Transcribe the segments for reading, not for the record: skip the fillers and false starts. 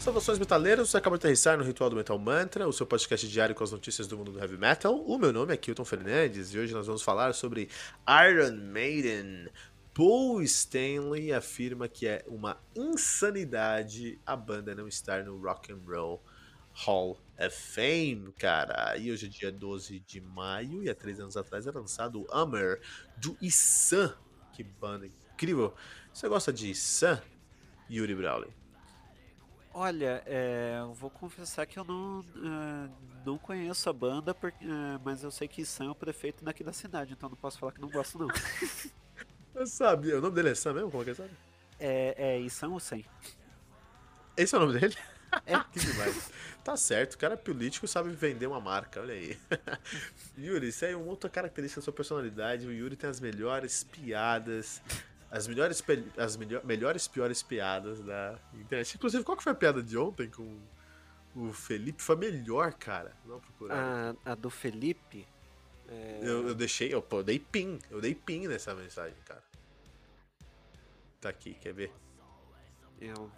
Saudações metaleiros, você acabou de aterrissar no Ritual do Metal Mantra, o seu podcast diário com as notícias do mundo do heavy metal. O meu nome é Kilton Fernandes e hoje nós vamos falar sobre Iron Maiden. Paul Stanley afirma que é uma insanidade a banda não estar no Rock and Roll Hall of Fame, cara. E hoje é dia 12 de maio e há 3 anos atrás era lançado o Hammer do Ihsahn. Que banda incrível. Você gosta de Ihsahn, Yuri Brawley? Olha, eu vou confessar que eu não conheço a banda, mas eu sei que Sam é o prefeito daqui da cidade, então não posso falar que não gosto não. Eu sabia. O nome dele é Sam mesmo? Como é que é Sam? É Sam ou Sam? Esse é o nome dele? É. Que demais. Tá certo, o cara é político sabe vender uma marca, olha aí. Yuri, isso aí é uma outra característica da sua personalidade. O Yuri tem as melhores piadas, melhores piores piadas da internet. Inclusive, qual que foi a piada de ontem com o Felipe? Foi a melhor, cara. Vou procurar aqui. A do Felipe, Eu deixei, eu dei pin nessa mensagem, cara. Tá aqui, quer ver? eu,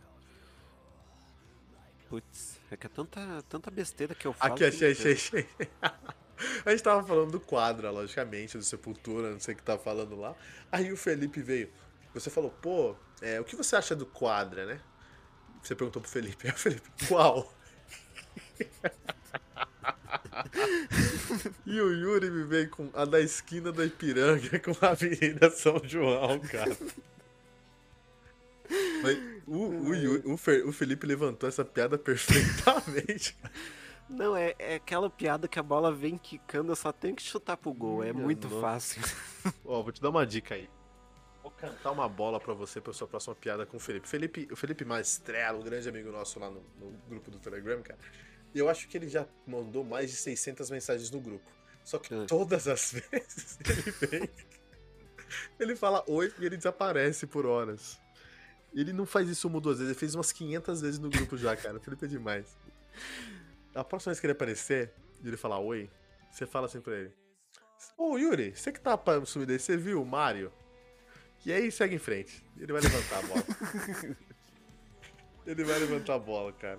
putz, é que é tanta besteira que eu falo Aqui, que não achei, adianta. achei. A gente tava falando do Quadra, logicamente, do Sepultura, não sei o que tava falando lá. Aí o Felipe veio. Você falou, pô, o que você acha do Quadra, né? Você perguntou pro Felipe. Aí o Felipe, qual? E o Yuri me veio com a da esquina da Ipiranga com a Avenida São João, cara. Mas o Felipe levantou essa piada perfeitamente. Não, é aquela piada que a bola vem quicando, eu só tenho que chutar pro gol, é Minha muito nossa. fácil. Ó, vou te dar uma dica aí. Vou cantar uma bola pra você pra sua próxima piada com o Felipe. O Felipe Maestrello, um grande amigo nosso lá no grupo do Telegram, cara. E eu acho que ele já mandou mais de 600 mensagens no grupo. Só que Ah, todas as vezes ele vem, ele fala oi e ele desaparece por horas. Ele não faz isso uma ou duas vezes, ele fez umas 500 vezes no grupo já, cara. O Felipe é demais. A próxima vez que ele aparecer e ele falar oi, você fala assim pra ele: Ô Yuri, você que tá pra sumir daí, você viu o Mario? E aí segue em frente. Ele vai levantar a bola. Ele vai levantar a bola, cara.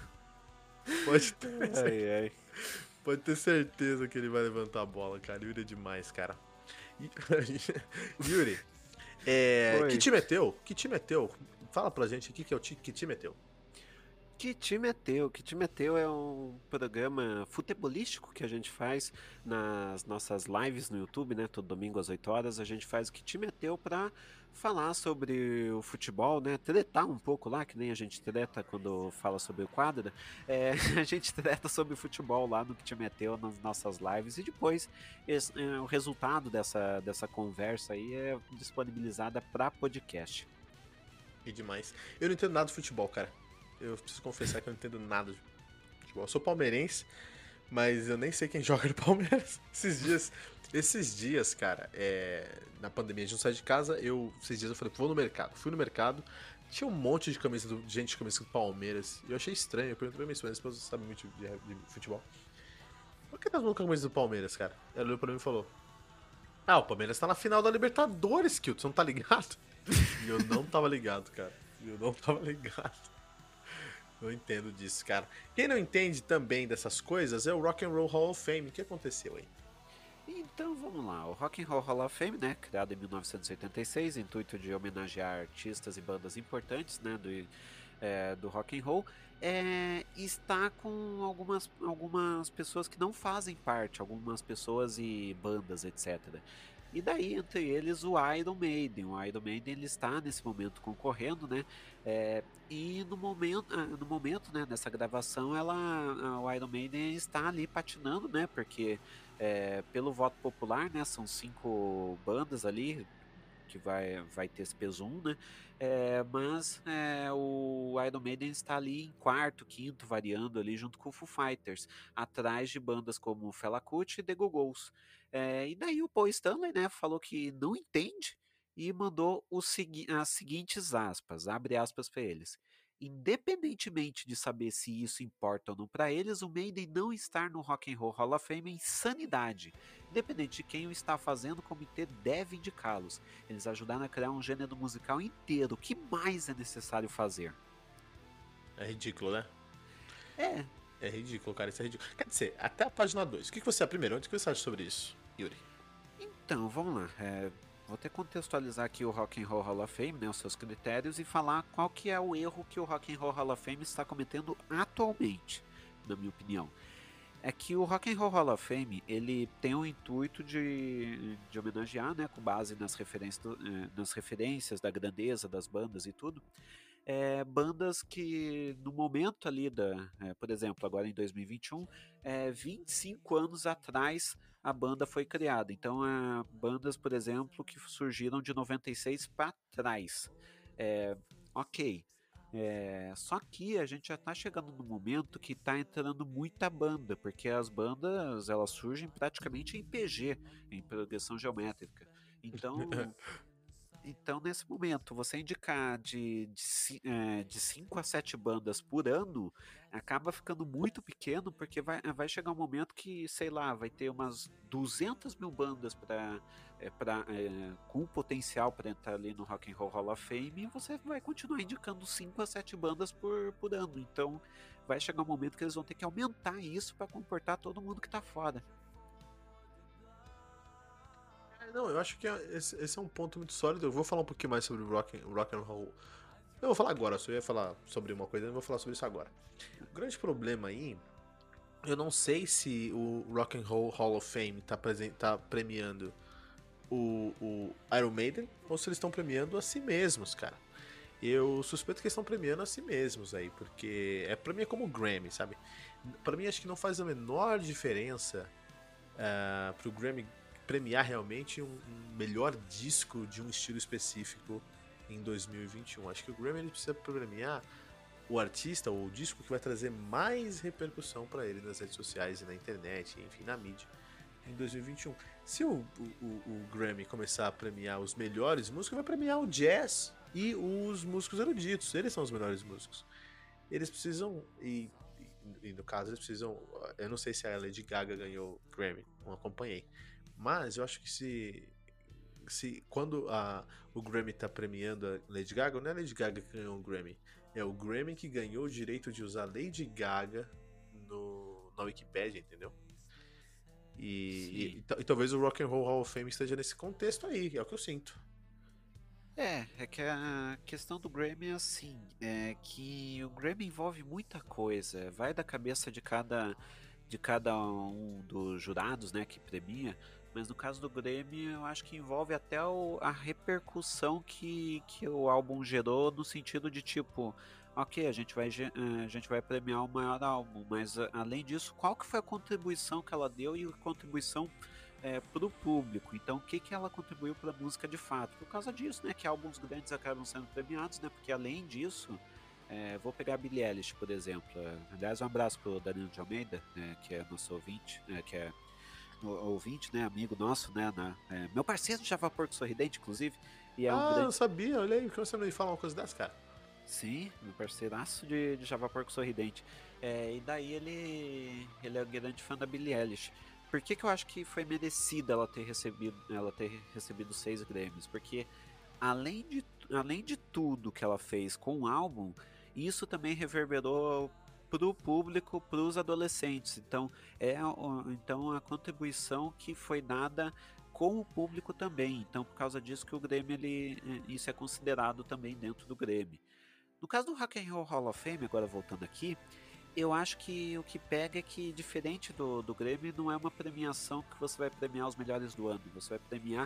Pode ter, ai, ai. pode ter certeza que ele vai levantar a bola, cara. Yuri é demais, cara. E- Yuri, que Oi. time é teu? Que time é teu? Fala pra gente aqui que é que time é teu. Que time é teu? Que time é teu é um programa futebolístico que a gente faz nas nossas lives no YouTube, né? Todo domingo às 8 horas a gente faz o Que Time é Teu pra falar sobre o futebol, né? Tretar um pouco lá, que nem a gente treta quando fala sobre o quadro. A gente treta sobre o futebol lá no Que Time é Teu, nas nossas lives. E depois o resultado dessa conversa aí é disponibilizada pra podcast. E demais. Eu não entendo nada de futebol, cara. Eu preciso confessar que eu não entendo nada de futebol. Eu sou palmeirense, mas eu nem sei quem joga no Palmeiras. Esses dias, cara, na pandemia a gente não sai de casa, esses dias eu falei, vou no mercado. Fui no mercado, tinha um monte de gente de camisa do Palmeiras. E eu achei estranho, eu perguntei pra minha esposa sabe muito de futebol. Por que tá todo mundo com a camisa do Palmeiras, cara? Ela olhou pra mim e falou, o Palmeiras tá na final da Libertadores, Kilton, você não tá ligado? E eu não tava ligado, cara. Eu não tava ligado. Eu entendo disso, cara. Quem não entende também dessas coisas é o Rock and Roll Hall of Fame. O que aconteceu aí? Então vamos lá, o Rock and Roll Hall of Fame, né, criado em 1986, intuito de homenagear artistas e bandas importantes, né, do rock and roll, está com algumas pessoas que não fazem parte, algumas pessoas e bandas, etc. E daí, entre eles, o Iron Maiden. O Iron Maiden ele está nesse momento concorrendo, né? E no momento, né, nessa gravação, o Iron Maiden está ali patinando, né? Porque pelo voto popular, né? São 5 bandas ali que vai ter esse peso 1, né? Mas o Iron Maiden está ali em quarto, quinto, variando ali junto com o Foo Fighters, atrás de bandas como Fela Kuti e The Go-Go's. E daí o Paul Stanley, né, falou que não entende e mandou as seguintes aspas, abre aspas para eles. Independentemente de saber se isso importa ou não para eles, o Maiden não estar no Rock and Roll Hall of Fame é insanidade. Independente de quem o está fazendo, o comitê deve indicá-los. Eles ajudaram a criar um gênero musical inteiro. O que mais é necessário fazer? É ridículo, né? É, É ridículo, cara. Isso é ridículo. Quer dizer, até a página 2. O que você primeiro? O que você acha sobre isso, Yuri? então, vamos lá. Vou até contextualizar aqui o Rock and Roll Hall of Fame, né, os seus critérios, e falar qual que é o erro que o Rock and Roll Hall of Fame está cometendo atualmente, na minha opinião. É que o Rock and Roll Hall of Fame, ele tem o intuito de homenagear, né, com base nas referências da grandeza das bandas e tudo, bandas que no momento ali por exemplo, agora em 2021, 25 anos atrás a banda foi criada. Então, bandas, por exemplo, que surgiram de 96 para trás. Ok. Só que a gente já está chegando no momento que está entrando muita banda, porque as bandas elas surgem praticamente em PG, em progressão geométrica. Então, nesse momento, você indicar de 5 a 7 bandas por ano acaba ficando muito pequeno, porque vai chegar um momento que, sei lá, vai ter umas 200 mil bandas com potencial para entrar ali no Rock and Roll Hall of Fame, e você vai continuar indicando 5 a 7 bandas por ano. Então, vai chegar um momento que eles vão ter que aumentar isso para comportar todo mundo que está fora. Não, eu acho que esse é um ponto muito sólido. Eu vou falar um pouquinho mais sobre o rock and roll. Eu vou falar agora, só ia falar sobre uma coisa, eu vou falar sobre isso agora. O grande problema aí, eu não sei se o Rock and Roll Hall of Fame tá premiando o Iron Maiden ou se eles estão premiando a si mesmos, cara. Eu suspeito que eles estão premiando a si mesmos aí, porque pra mim é como o Grammy, sabe? Pra mim acho que não faz a menor diferença pro Grammy premiar realmente um melhor disco de um estilo específico em 2021. Acho que o Grammy ele precisa premiar o artista ou o disco que vai trazer mais repercussão para ele nas redes sociais e na internet, enfim, na mídia em 2021. Se o Grammy começar a premiar os melhores músicos, vai premiar o jazz e os músicos eruditos. Eles são os melhores músicos. Eles precisam, e no caso eles precisam. Eu não sei se a Lady Gaga ganhou o Grammy, não acompanhei. Mas eu acho que se quando o Grammy tá premiando a Lady Gaga, não é a Lady Gaga que ganhou o Grammy, é o Grammy que ganhou o direito de usar Lady Gaga na Wikipedia, entendeu? Sim. E talvez o Rock and Roll Hall of Fame esteja nesse contexto aí, é o que eu sinto. É que a questão do Grammy é assim, é que o Grammy envolve muita coisa, vai da cabeça de cada um dos jurados, né, que premia, mas no caso do Grammy eu acho que envolve até a repercussão que o álbum gerou no sentido de tipo, ok, a gente vai premiar o maior álbum, mas além disso, qual que foi a contribuição que ela deu e a contribuição para o público. Então, o que, que ela contribuiu para a música de fato? Por causa disso, né, que álbuns grandes acabam sendo premiados, né, porque além disso, vou pegar a Billie Eilish, por exemplo. Aliás, um abraço pro Danilo de Almeida, que é nosso ouvinte, que é ouvinte, né, amigo nosso, né, meu parceiro de Java Porco Sorridente, inclusive, e é um Ah, eu não grande. sabia, olha aí, por que você não me fala uma coisa dessa, cara? Sim, meu parceiraço de Java Porco Sorridente. E daí ele é um grande fã da Billie Eilish. Por que, que eu acho que foi merecida ela ter recebido 6 Grammys? Porque além de tudo que ela fez com o álbum, isso também reverberou pro público, pros adolescentes. Então, então a contribuição que foi dada com o público também. Então, por causa disso que o Grammy, isso é considerado também dentro do Grammy. No caso do Rock and Roll Hall of Fame, agora voltando aqui, eu acho que o que pega é que, diferente do Grammy, não é uma premiação que você vai premiar os melhores do ano. Você vai premiar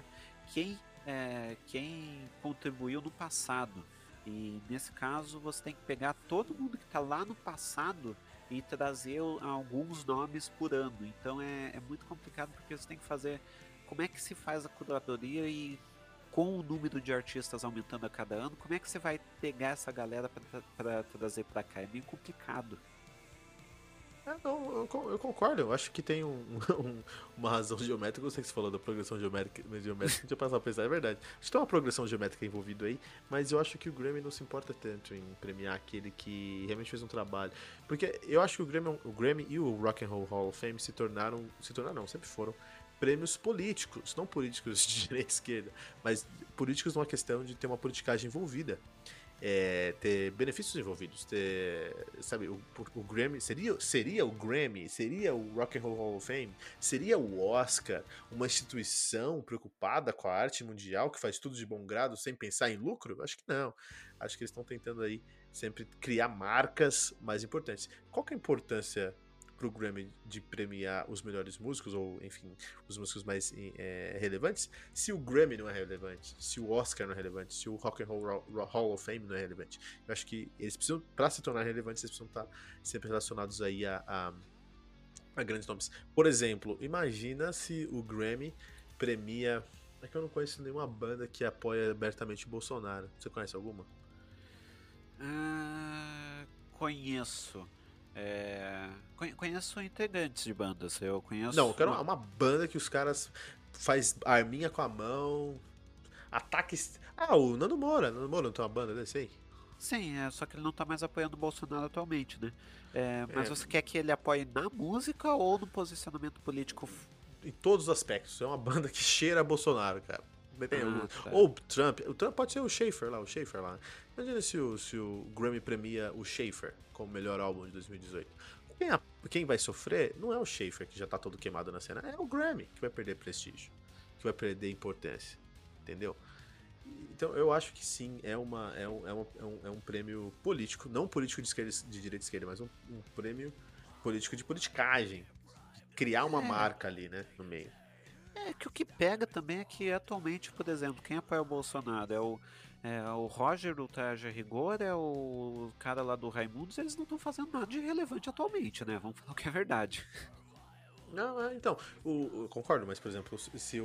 quem contribuiu no passado. E nesse caso, você tem que pegar todo mundo que está lá no passado e trazer alguns nomes por ano. Então é muito complicado porque você tem que fazer. Como é que se faz a curadoria e com o número de artistas aumentando a cada ano, como é que você vai pegar essa galera para trazer para cá? É meio complicado. Não, eu concordo, eu acho que tem uma razão geométrica, eu sei que você falou da progressão geométrica, a gente ia passar a pensar, é verdade. Acho que tem uma progressão geométrica envolvida aí, mas eu acho que o Grammy não se importa tanto em premiar aquele que realmente fez um trabalho. Porque eu acho que o Grammy e o Rock and Roll Hall of Fame se tornaram não, sempre foram prêmios políticos, não políticos de direita e esquerda, mas políticos numa questão de ter uma politicagem envolvida. ter benefícios envolvidos, ter, sabe, o Grammy seria o Grammy, seria o Rock and Roll Hall of Fame, seria o Oscar, uma instituição preocupada com a arte mundial que faz tudo de bom grado sem pensar em lucro? Acho que não. Acho que eles estão tentando aí sempre criar marcas mais importantes. Qual que é a importância pro Grammy de premiar os melhores músicos, ou enfim, os músicos mais relevantes, se o Grammy não é relevante, se o Oscar não é relevante, se o Rock and Roll Hall of Fame não é relevante? Eu acho que eles precisam, para se tornar relevantes, eles precisam estar sempre relacionados aí a grandes nomes. Por exemplo, imagina se o Grammy premia... É que eu não conheço nenhuma banda que apoia abertamente o Bolsonaro. Você conhece alguma? Conheço. Conheço integrantes de bandas. Eu Não, eu conheço quero uma banda que os caras faz arminha com a mão, ataques. Ah, o Nando Moura. Nando Moura não tem uma banda desse aí? Sim, só que ele não tá mais apoiando o Bolsonaro atualmente, né? Mas É, você quer que ele apoie na música ou no posicionamento político? em todos os aspectos. É uma banda que cheira a Bolsonaro, cara. Ah, tá. Ou Trump. O Trump pode ser o Schaefer lá, o Schaefer lá. Imagina se o Grammy premia o Schaefer como melhor álbum de 2018. Quem vai sofrer não é o Schaefer, que já tá todo queimado na cena, é o Grammy, que vai perder prestígio, que vai perder importância. Entendeu? Então eu acho que sim, é um prêmio político, não político de esquerda, de direita e esquerda, mas um prêmio político de politicagem. Criar uma É, marca ali, né, no meio. que o que pega também é que atualmente, por exemplo, quem apoia o Bolsonaro é o Roger do Traje a Rigor, é o cara lá do Raimundos, eles não estão fazendo nada de relevante atualmente, né? Vamos falar o que é verdade. Não, então, eu concordo, mas por exemplo, se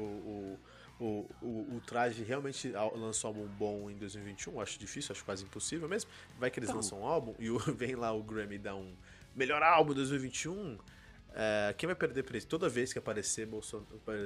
o Traje realmente lançou um álbum bom em 2021, acho difícil, acho quase impossível mesmo. Vai que eles Então, lançam um álbum e vem lá o Grammy dar um melhor álbum 2021. Quem vai perder por isso? Toda vez que aparecer Bolsonaro,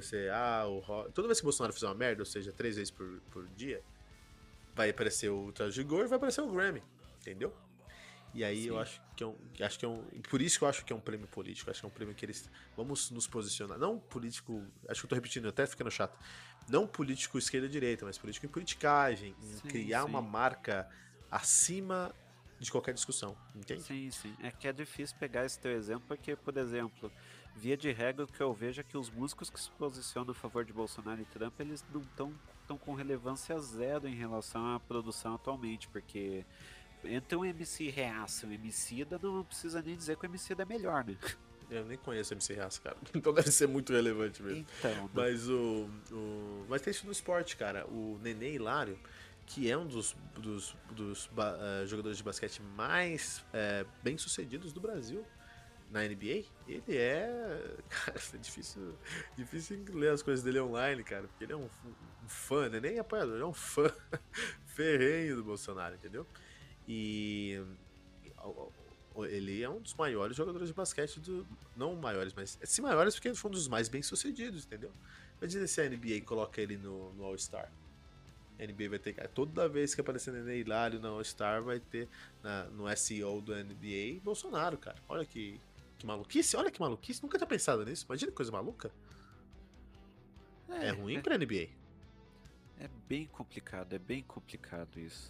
toda vez que Bolsonaro fizer uma merda, ou seja, 3 vezes por dia, vai aparecer o Traje de Rigor e vai aparecer o Grammy, entendeu? E aí eu sim. acho que é um. Por isso que eu acho que é um prêmio político. Acho que é um prêmio que eles. Vamos nos posicionar. Não político. Acho que eu tô repetindo, até ficando chato. Não político esquerda-direita, mas político em politicagem, em Sim, criar uma sim. marca acima de qualquer discussão. Entende? Sim, sim. É que é difícil pegar esse teu exemplo, porque, por exemplo, via de regra, o que eu vejo é que os músicos que se posicionam a favor de Bolsonaro e Trump, eles não estão com relevância zero em relação à produção atualmente, porque entre um MC reaça e um Emicida, não precisa nem dizer que o Emicida é melhor, né? Eu nem conheço MC Reaça, cara. Então deve ser muito relevante mesmo. Então, né? Mas tem isso no esporte, cara. O Nenê Hilário, que é um dos jogadores de basquete mais bem sucedidos do Brasil na NBA, ele é. Cara, é difícil ler as coisas dele online, cara, porque ele é um fã, né? Nem apoiador, ele é um fã ferrenho do Bolsonaro, entendeu? E ele é um dos maiores jogadores de basquete do. Não maiores, mas. Se maiores, porque ele foi um dos mais bem sucedidos, entendeu? Imagina se a NBA coloca ele no All-Star. A NBA vai ter. Toda vez que aparecer Nenê Hilário no All-Star, vai ter no SEO do NBA Bolsonaro, cara. Olha que maluquice, olha que maluquice. Nunca tinha pensado nisso. Imagina que coisa maluca. É É, ruim é, pra NBA. é bem complicado isso.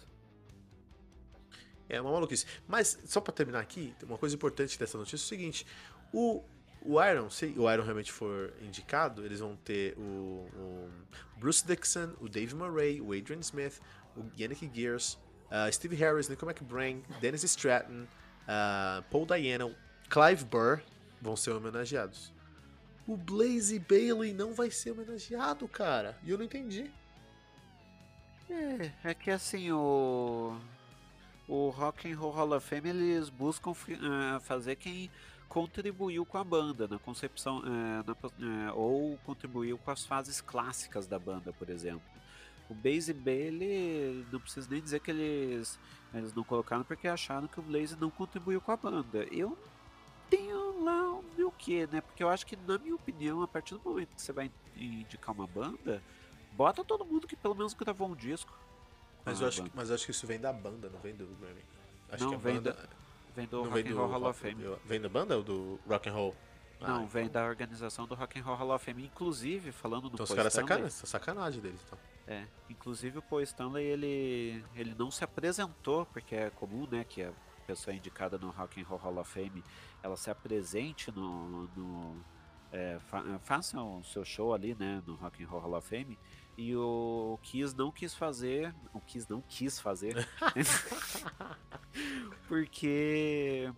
É uma maluquice. Mas, só pra terminar aqui, uma coisa importante dessa notícia é o seguinte: o, o Iron, se o Iron realmente for indicado, eles vão ter o Bruce Dixon, o Dave Murray, o Adrian Smith, o Yannick Gears, Steve Harris, Nico McBrain, Dennis Stratton, Paul Dayano, Clive Burr vão ser homenageados. O Blaze Bayley não vai ser homenageado, cara. E eu não entendi. É que assim, o Rock and Roll Hall of Fame eles buscam fazer quem contribuiu com a banda na concepção ou contribuiu com as fases clássicas da banda, por exemplo. O Blaze Bayley, não preciso nem dizer que eles não colocaram porque acharam que o Blaze não contribuiu com a banda. Eu tenho lá o meu quê, né? Porque eu acho que, na minha opinião, a partir do momento que você vai indicar uma banda, bota todo mundo que pelo menos gravou um disco com Mas eu a acho, banda. mas eu acho que isso vem da banda, não vem do Grammy. Acho que Não, a banda vem do não vem Rock and Roll do Hall of Fame. vem da banda ou do Rock and Roll? Não, então. vem da organização do Rock and Roll Hall of Fame. Inclusive, falando no Então os Paul caras Stanley... sacanagem deles, então. Inclusive o Paul Stanley, ele não se apresentou, porque é comum, né, que a pessoa indicada no Rock and Roll Hall of Fame, ela se apresente faça o seu show ali, né, no Rock and Roll Hall of Fame, e o Kiss não quis fazer, porque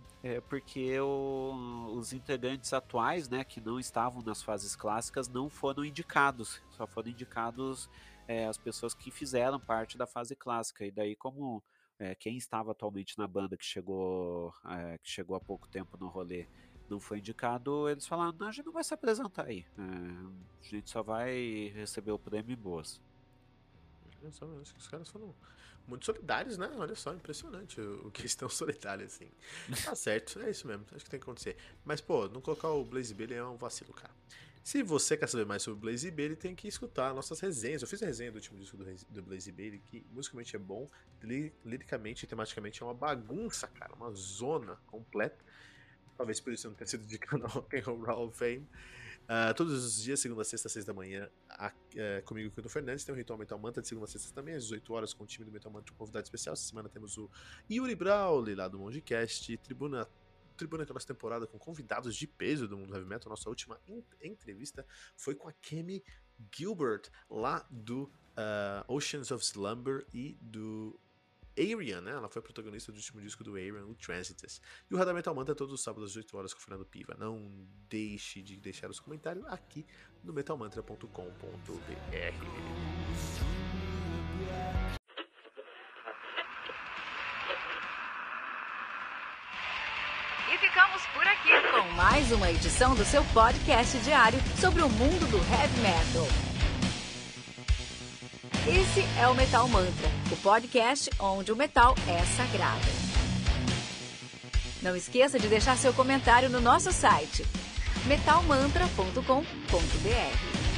os integrantes atuais, né, que não estavam nas fases clássicas, não foram indicados, só foram indicados as pessoas que fizeram parte da fase clássica, e daí como quem estava atualmente na banda que chegou há pouco tempo no rolê não foi indicado, eles falaram, não, a gente não vai se apresentar aí, a gente só vai receber o prêmio em boas. Os caras foram muito solidários, né? Olha só, impressionante o que estão solidários, assim. Tá certo, é isso mesmo, acho que tem que acontecer. Mas, pô, não colocar o Blaze Bayley é um vacilo, cara. Se você quer saber mais sobre o Blaze Bayley, tem que escutar nossas resenhas. Eu fiz a resenha do último disco do Blaze Bayley, que musicalmente é bom, liricamente e tematicamente é uma bagunça, cara, uma zona completa. Talvez por isso eu não tenha sido indicado ao Rock and Roll Hall of Fame. Todos os dias, segunda a sexta, às 6 da manhã, comigo e o Fernandes. Tem o Ritual Metal Mantra de segunda a sexta também, às 18 horas, com o time do Metal Mantra, um convidado especial. Essa semana temos o Yuri Brawley, lá do Mondcast, Tribuna que é a nossa temporada com convidados de peso do mundo heavy metal. Nossa última entrevista foi com a Kemi Gilbert, lá do Oceans of Slumber e do Arian, né? Ela foi a protagonista do último disco do Arian, o Transitus. E o Radar Metal Mantra todos os sábados às 8 horas com o Fernando Piva. Não deixe de deixar os comentários aqui no metalmantra.com.br. E ficamos por aqui com mais uma edição do seu podcast diário sobre o mundo do heavy metal. Esse é o Metal Mantra, o podcast onde o metal é sagrado. Não esqueça de deixar seu comentário no nosso site metalmantra.com.br.